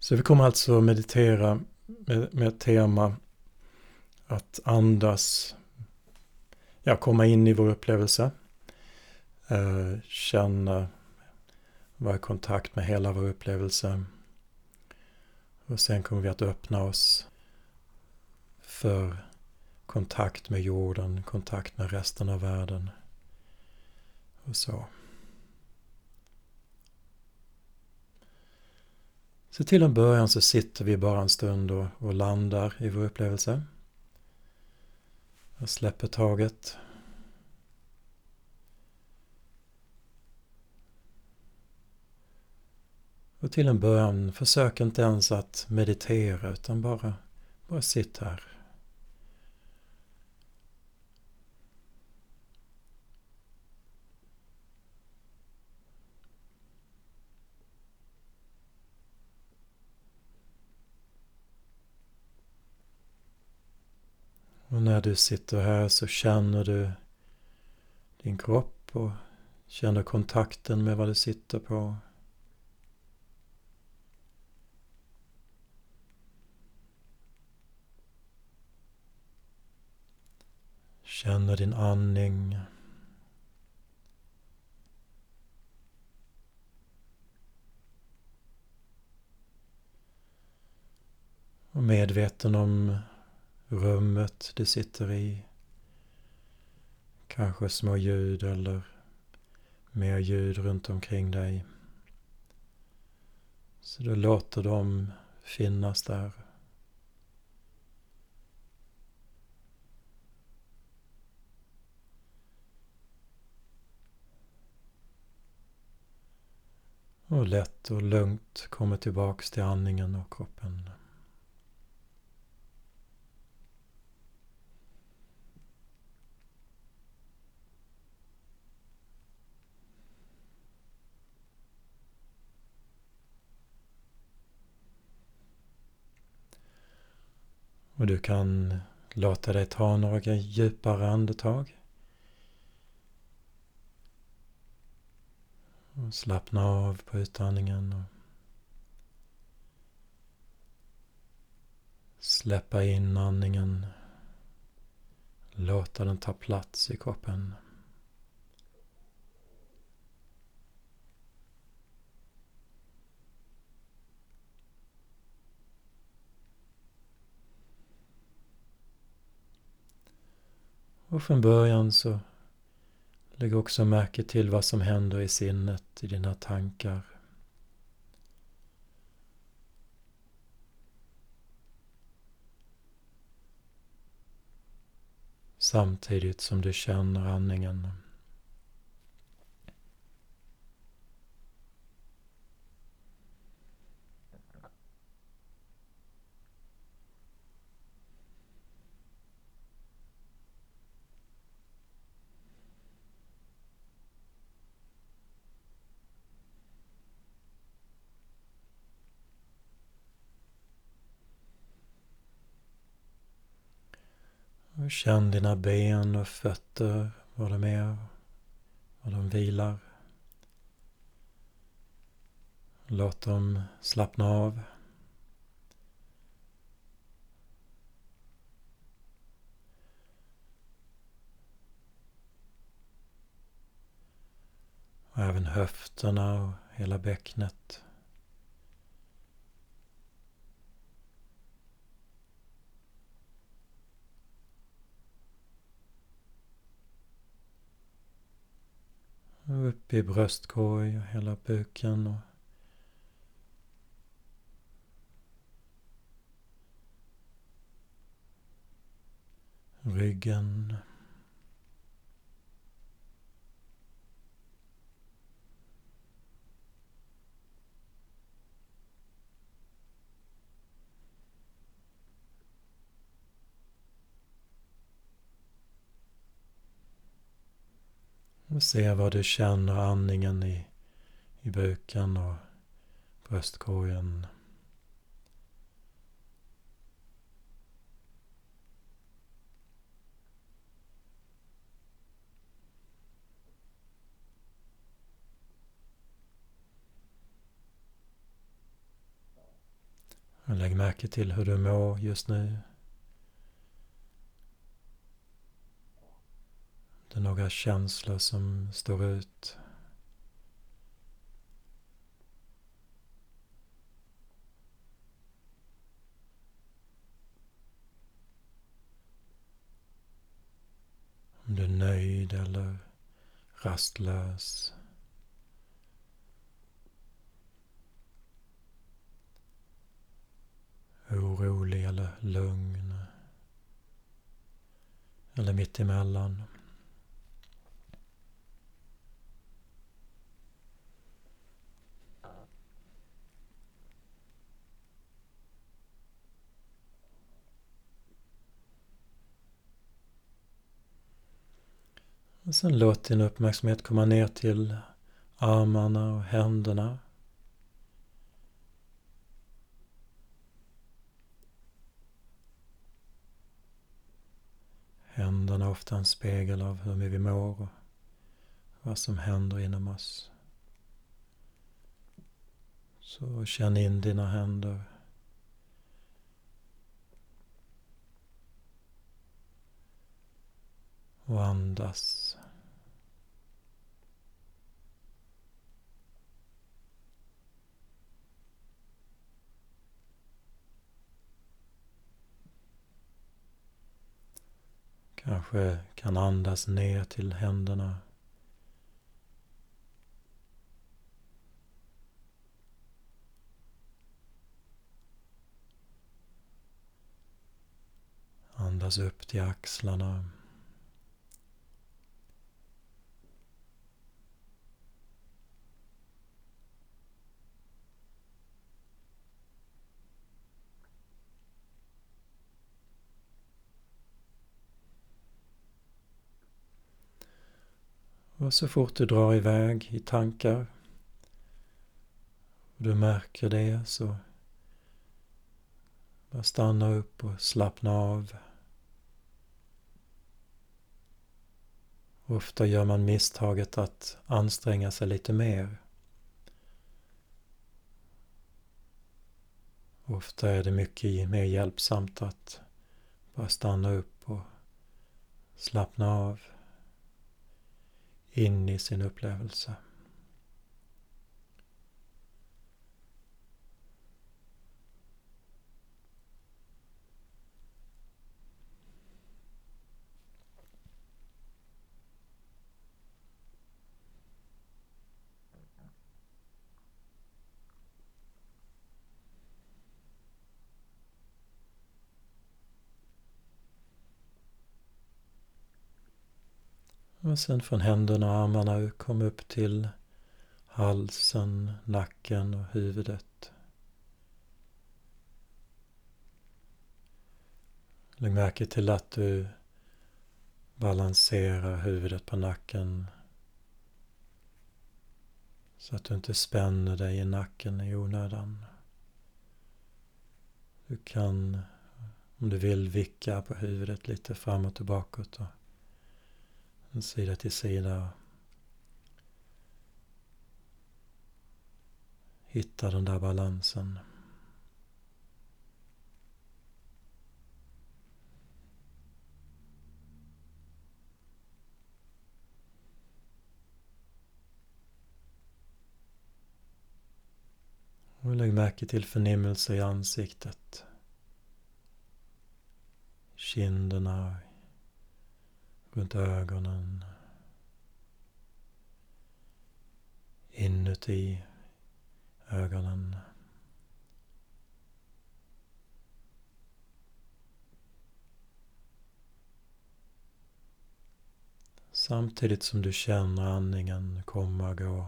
Så vi kommer alltså meditera med ett tema att andas, komma in i vår upplevelse, känna, vara i kontakt med hela vår upplevelse. Och sen kommer vi att öppna oss för kontakt med jorden, kontakt med resten av världen och så. Så till en början så sitter vi bara en stund och landar i vår upplevelse. Jag släpper taget. Och till en början, försök inte ens att meditera utan bara sitt här. Och när du sitter här så känner du din kropp och känner kontakten med vad du sitter på. Känner din andning. Och medveten om rummet du sitter i. Kanske små ljud eller mer ljud runt omkring dig. Så du låter dem finnas där. Och lätt och lugnt kommer tillbaks till andningen och kroppen. Och du kan låta dig ta några djupare andetag. Och slappna av på utandningen. Och släppa in andningen. Låta den ta plats i kroppen. Och från början så lägg också märke till vad som händer i sinnet, i dina tankar. Samtidigt som du känner andningen. Och känn dina ben och fötter, var de är, var de vilar. Låt dem slappna av. Och även höfterna och hela bäcknet. Och upp i bröstkorg och hela buken. Och ryggen. Och se vad du känner andningen i buken och bröstkorgen. Och lägg märke till hur du mår just nu. Det är några känslor som står ut. Om du är nöjd eller rastlös. Orolig eller lugn. Eller mitt emellan. Och sen låt din uppmärksamhet komma ner till armarna och händerna. Händerna är ofta en spegel av hur vi mår och vad som händer inom oss. Så känn in dina händer. Och andas. Kanske kan andas ner till händerna. Andas upp till axlarna. Och så fort du drar iväg i tankar och du märker det, så bara stanna upp och slappna av. Ofta gör man misstaget att anstränga sig lite mer. Ofta är det mycket mer hjälpsamt att bara stanna upp och slappna av in i sin upplevelse. Och sen från händerna och armarna kom upp till halsen, nacken och huvudet. Lägg märke till att du balanserar huvudet på nacken så att du inte spänner dig i nacken i onödan. Du kan, om du vill, vicka på huvudet lite framåt och bakåt och sida till sida. Hitta den där balansen. Och lägg märke till förnimmelser i ansiktet. Kinderna, runt ögonen. Inuti ögonen. Samtidigt som du känner andningen komma och gå.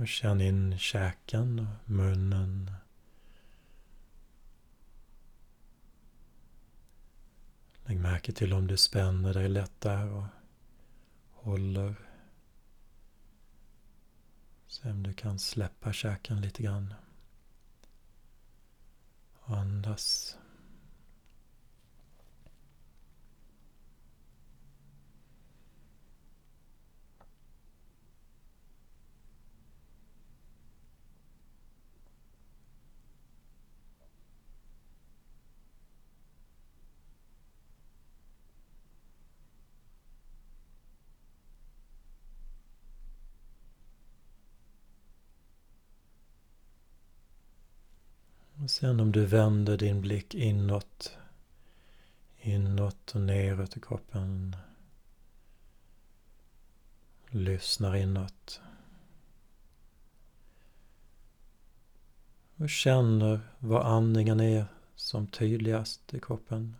Och känn in käken och munnen. Lägg märke till om du spänner dig lätt där och håller. Se om du kan släppa käken lite grann. Och andas. Och sen om du vänder din blick inåt och neråt i kroppen. Lyssnar inåt. Och känner var andningen är som tydligast i kroppen.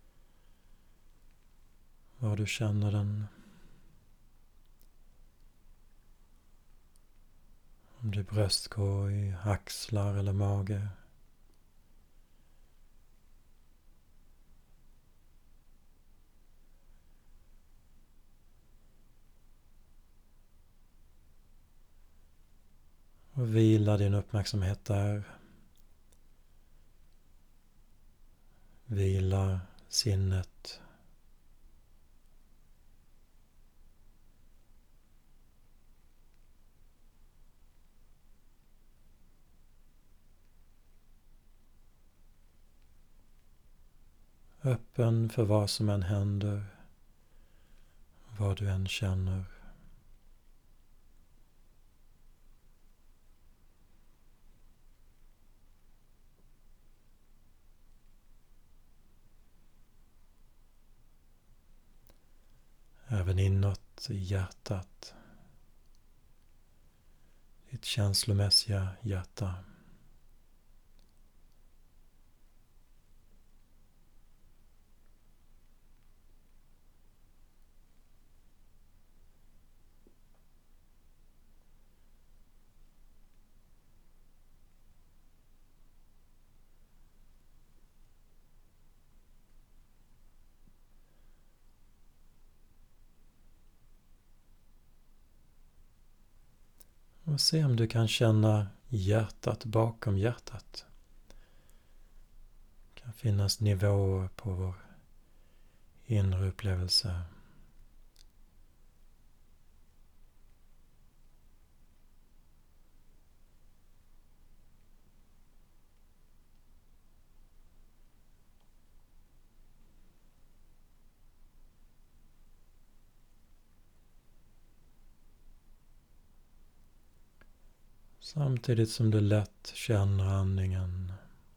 Var du känner den. Om det är bröstkorg, axlar eller mage. Och vila din uppmärksamhet där. Vila sinnet. Öppen för vad som än händer. Vad du än känner. Även inåt i hjärtat. Ditt känslomässiga hjärta. Och se om du kan känna hjärtat bakom hjärtat. Det kan finnas nivåer på vår inre upplevelse. Samtidigt som du lätt känner andningen.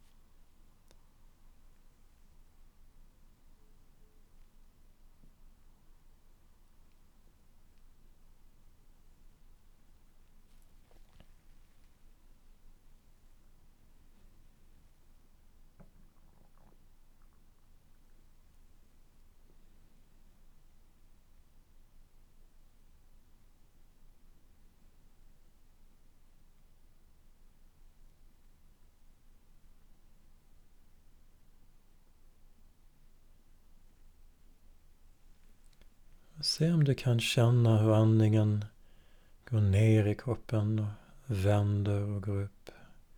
Se om du kan känna hur andningen går ner i kroppen och vänder och går upp.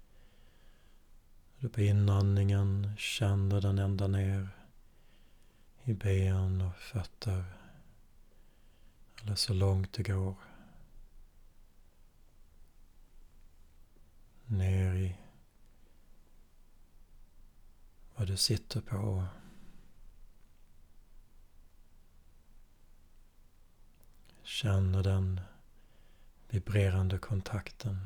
Du på inandningen känner den ända ner i ben och fötter. Eller så långt det går. Ner i vad du sitter på. Känner den vibrerande kontakten.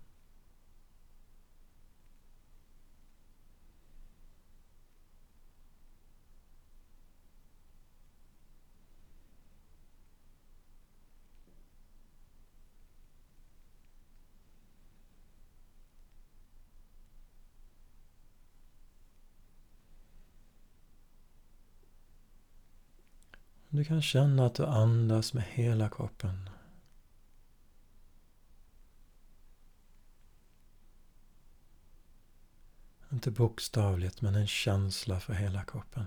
Du kan känna att du andas med hela kroppen. Inte bokstavligt, men en känsla för hela kroppen.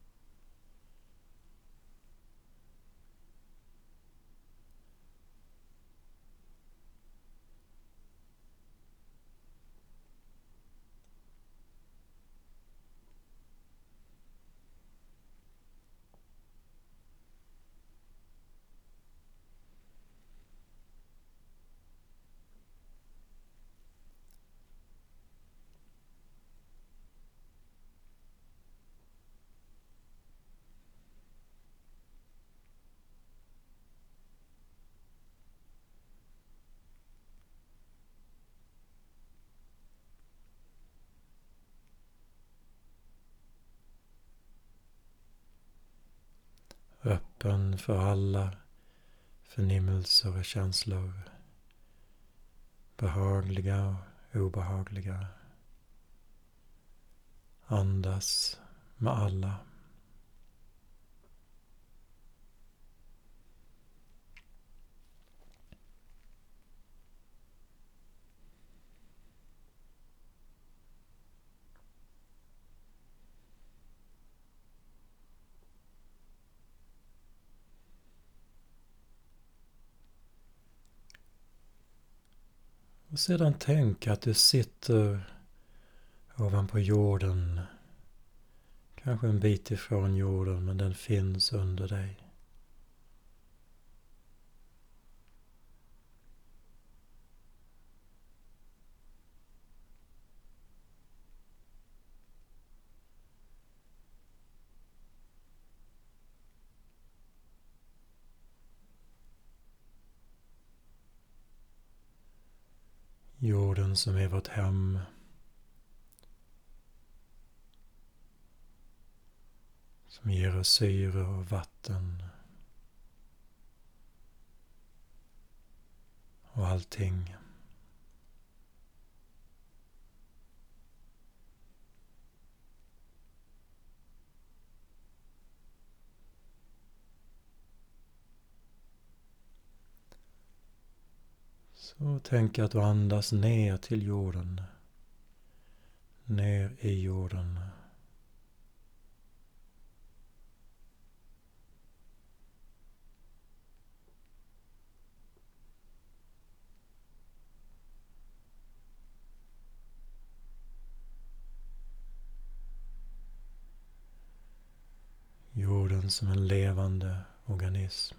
Öppen för alla förnimmelser och känslor. Behagliga och obehagliga. Andas med alla. Och sedan tänk att du sitter ovanpå jorden. Kanske en bit ifrån jorden, men den finns under dig. Jorden som är vårt hem. Som ger oss syre och vatten. Och allting. Så tänk att du andas ner till jorden. Ner i jorden. Jorden som en levande organism.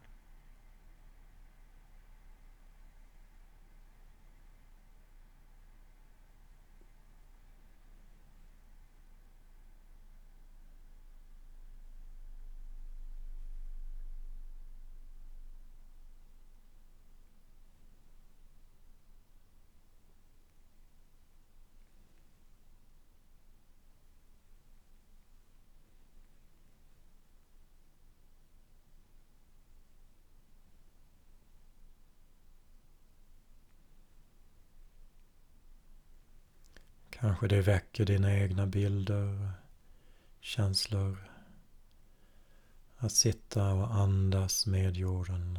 Kanske det väcker dina egna bilder, känslor. Att sitta och andas med jorden.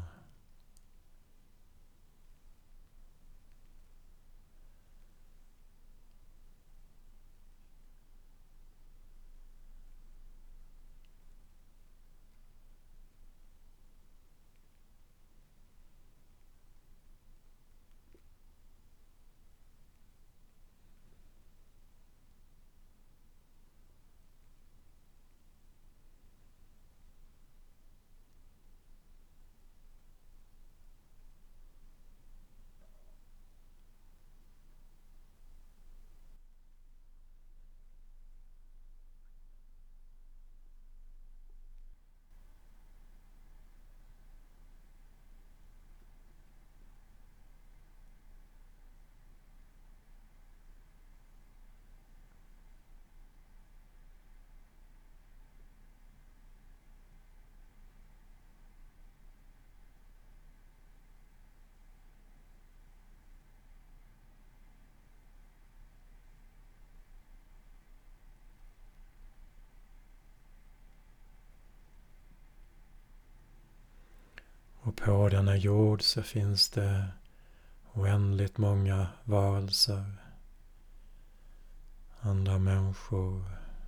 Och på denna jord så finns det oändligt många varelser. andra människor,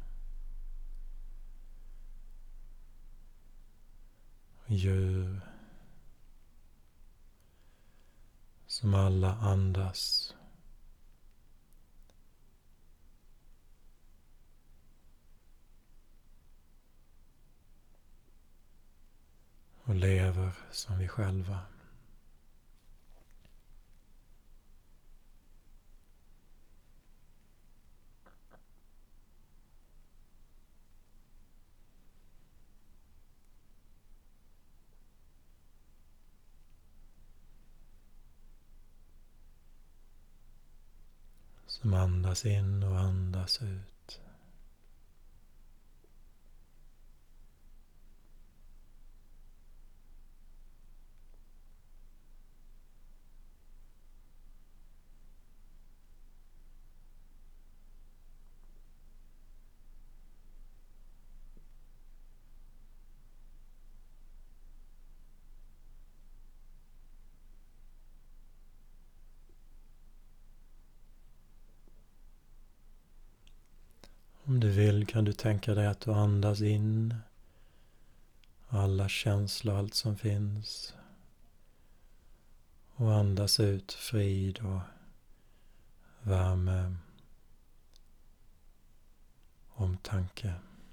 djur som alla andas och lever som vi själva. Som andas in och andas ut. Om du vill kan du tänka dig att du andas in alla känslor, allt som finns. Och andas ut frid och värme, omtanke.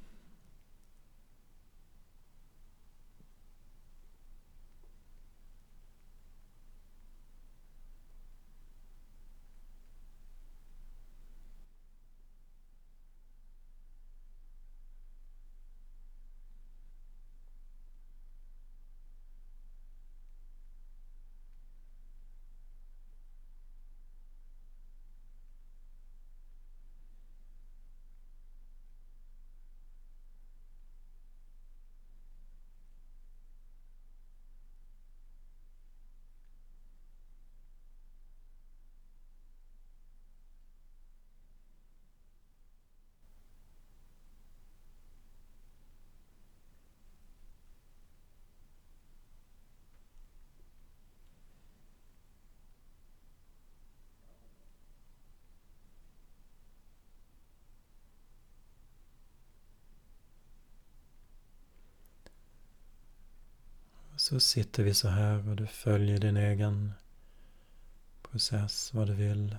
Så sitter vi så här och du följer din egen process, vad du vill.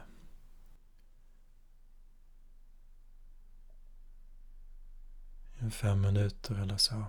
I 5 minuter eller så.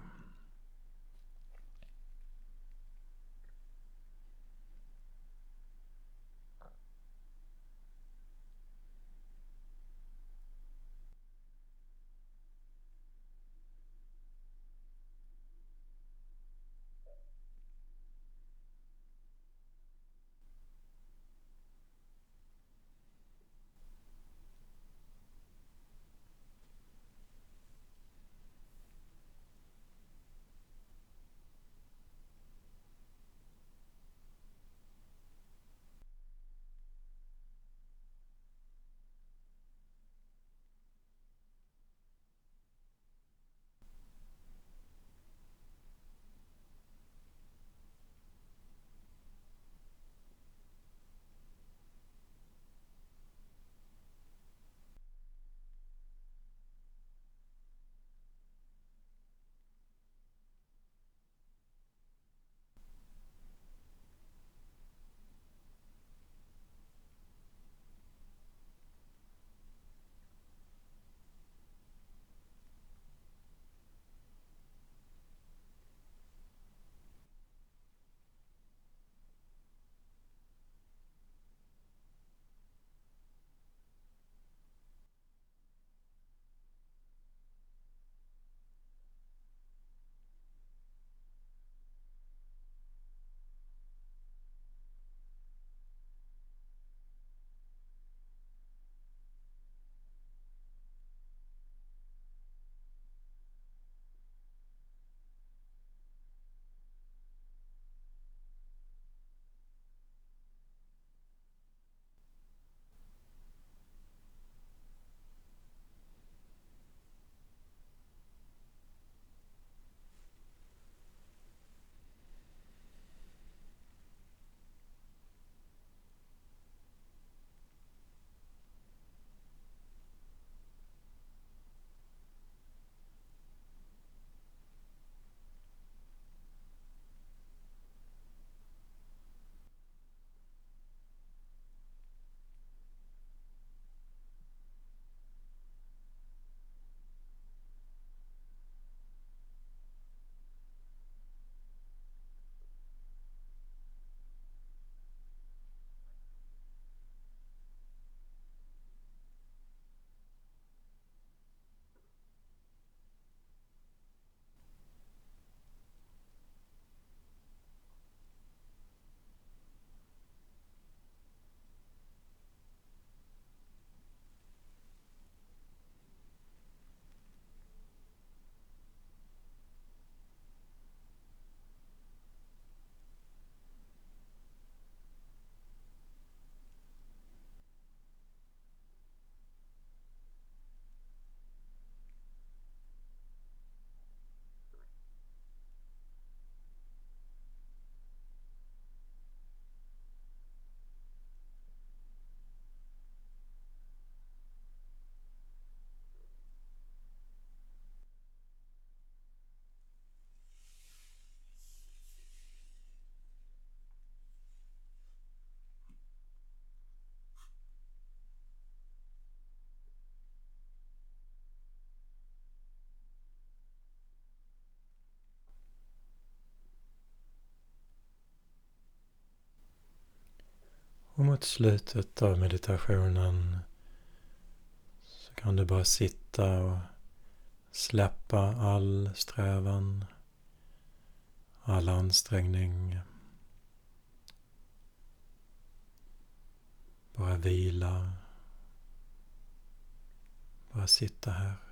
Och mot slutet av meditationen så kan du bara sitta och släppa all strävan, all ansträngning. Bara vila. Bara sitta här.